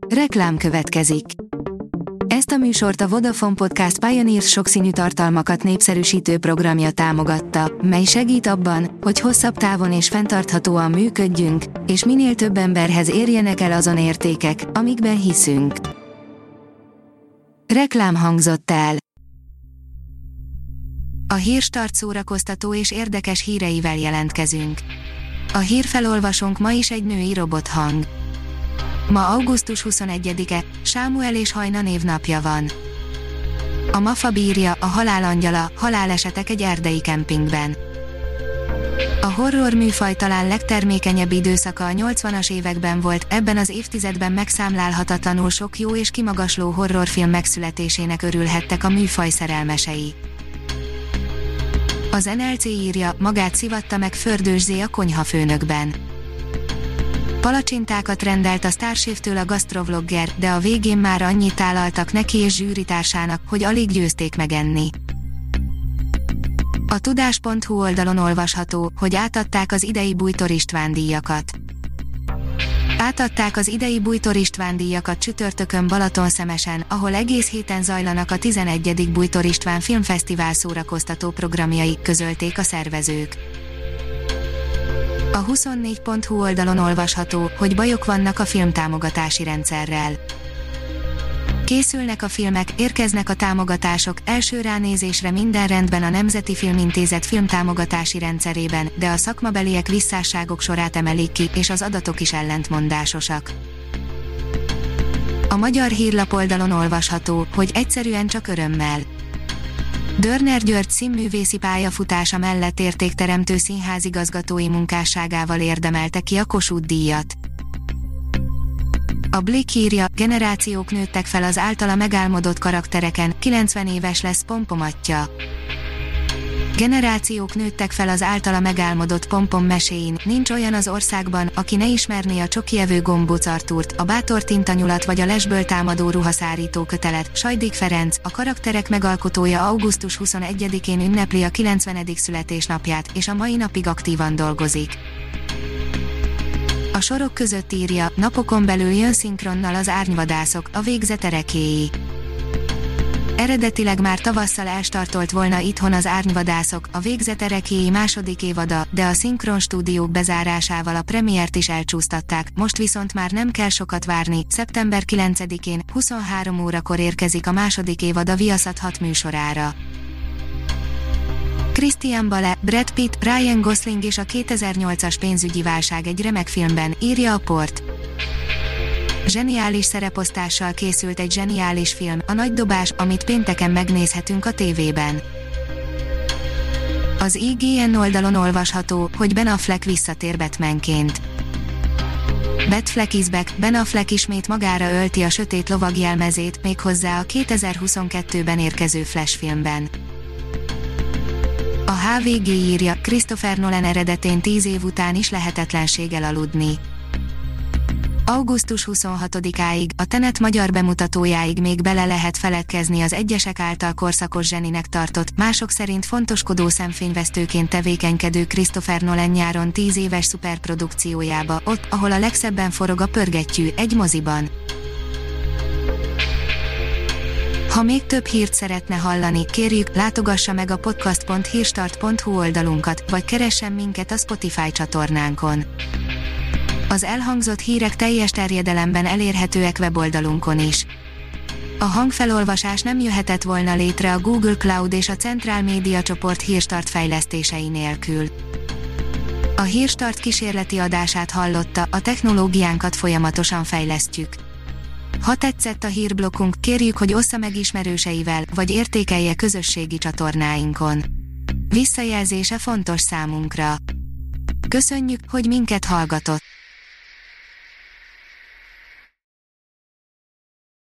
Reklám következik. Ezt a műsort a Vodafone Podcast Pioneers sokszínű tartalmakat népszerűsítő programja támogatta, mely segít abban, hogy hosszabb távon és fenntarthatóan működjünk, és minél több emberhez érjenek el azon értékek, amikben hiszünk. Reklám hangzott el. A Hírstart szórakoztató és érdekes híreivel jelentkezünk. A hírfelolvasónk ma is egy női robothang. Ma augusztus 21-e, Sámuel és Hajna névnapja van. A MAFA bírja, a halál angyala, halálesetek egy erdei kempingben. A horror műfaj talán legtermékenyebb időszaka a 80-as években volt, ebben az évtizedben megszámlálhatatlanul sok jó és kimagasló horrorfilm megszületésének örülhettek a műfaj szerelmesei. Az NLC írja, magát szivatta meg Fördős Zé a konyhafőnökben. Palacsintákat rendelt a Starchef-től a gasztrovlogger, de a végén már annyit tálaltak neki és zsűritársának, hogy alig győzték megenni. A tudás.hu oldalon olvasható, hogy átadták az idei Bújtor István díjakat. Átadták az idei Bújtor István díjakat csütörtökön Balatonszemesen, ahol egész héten zajlanak a 11. Bújtor István Filmfesztivál szórakoztató programjai, közölték a szervezők. A 24.hu oldalon olvasható, hogy bajok vannak a filmtámogatási rendszerrel. Készülnek a filmek, érkeznek a támogatások, első ránézésre minden rendben a Nemzeti Filmintézet filmtámogatási rendszerében, de a szakmabeliek visszásságok sorát emelik ki, és az adatok is ellentmondásosak. A Magyar Hírlap oldalon olvasható, hogy egyszerűen csak örömmel. Dörner György színművészi pályafutása mellett értékteremtő színházigazgatói munkásságával érdemelte ki a Kossuth-díjat. A Blick írja, generációk nőttek fel az általa megálmodott karaktereken, 90 éves lesz Pompom atya. Generációk nőttek fel az általa megálmodott Pompom meséin, nincs olyan az országban, aki ne ismerné a csokievő Gombóc Artúrt, a bátor tintanyulat vagy a lesből támadó ruhaszárító kötelet. Sajdik Ferenc, a karakterek megalkotója augusztus 21-én ünnepli a 90. születésnapját, és a mai napig aktívan dolgozik. A sorok között írja, napokon belül jön szinkronnal az Árnyvadászok, a végzet erekéi. Eredetileg már tavasszal elstartolt volna itthon az Árnyvadászok, a végzet erekéi második évada, de a szinkron stúdiók bezárásával a premiért is elcsúsztatták, most viszont már nem kell sokat várni, szeptember 9-én, 23 órakor érkezik a második évad a Viaszat 6 műsorára. Christian Bale, Brad Pitt, Ryan Gosling és a 2008-as pénzügyi válság egy remek filmben, írja a Port. Zseniális szereposztással készült egy zseniális film, a Nagy dobás, amit pénteken megnézhetünk a tévében. Az IGN oldalon olvasható, hogy Ben Affleck visszatér Batmanként. Batfleck is back, Ben Affleck ismét magára ölti a sötét lovagjelmezét, méghozzá a 2022-ben érkező Flash filmben. A HVG írja, Christopher Nolan eredetén 10 év után is lehetetlenséggel aludni. Augusztus 26-áig, a Tenet magyar bemutatójáig még bele lehet feledkezni az egyesek által korszakos zseninek tartott, mások szerint fontoskodó szemfényvesztőként tevékenykedő Christopher Nolan nyáron 10 éves szuperprodukciójába, ott, ahol a legszebben forog a pörgettyű, egy moziban. Ha még több hírt szeretne hallani, kérjük, látogassa meg a podcast.hírstart.hu oldalunkat, vagy keressen minket a Spotify csatornánkon. Az elhangzott hírek teljes terjedelemben elérhetőek weboldalunkon is. A hangfelolvasás nem jöhetett volna létre a Google Cloud és a Centrál Média csoport Hírstart fejlesztései nélkül. A Hírstart kísérleti adását hallotta, a technológiánkat folyamatosan fejlesztjük. Ha tetszett a hírblokkunk, kérjük, hogy ossza meg ismerőseivel, vagy értékelje közösségi csatornáinkon. Visszajelzése fontos számunkra. Köszönjük, hogy minket hallgatott!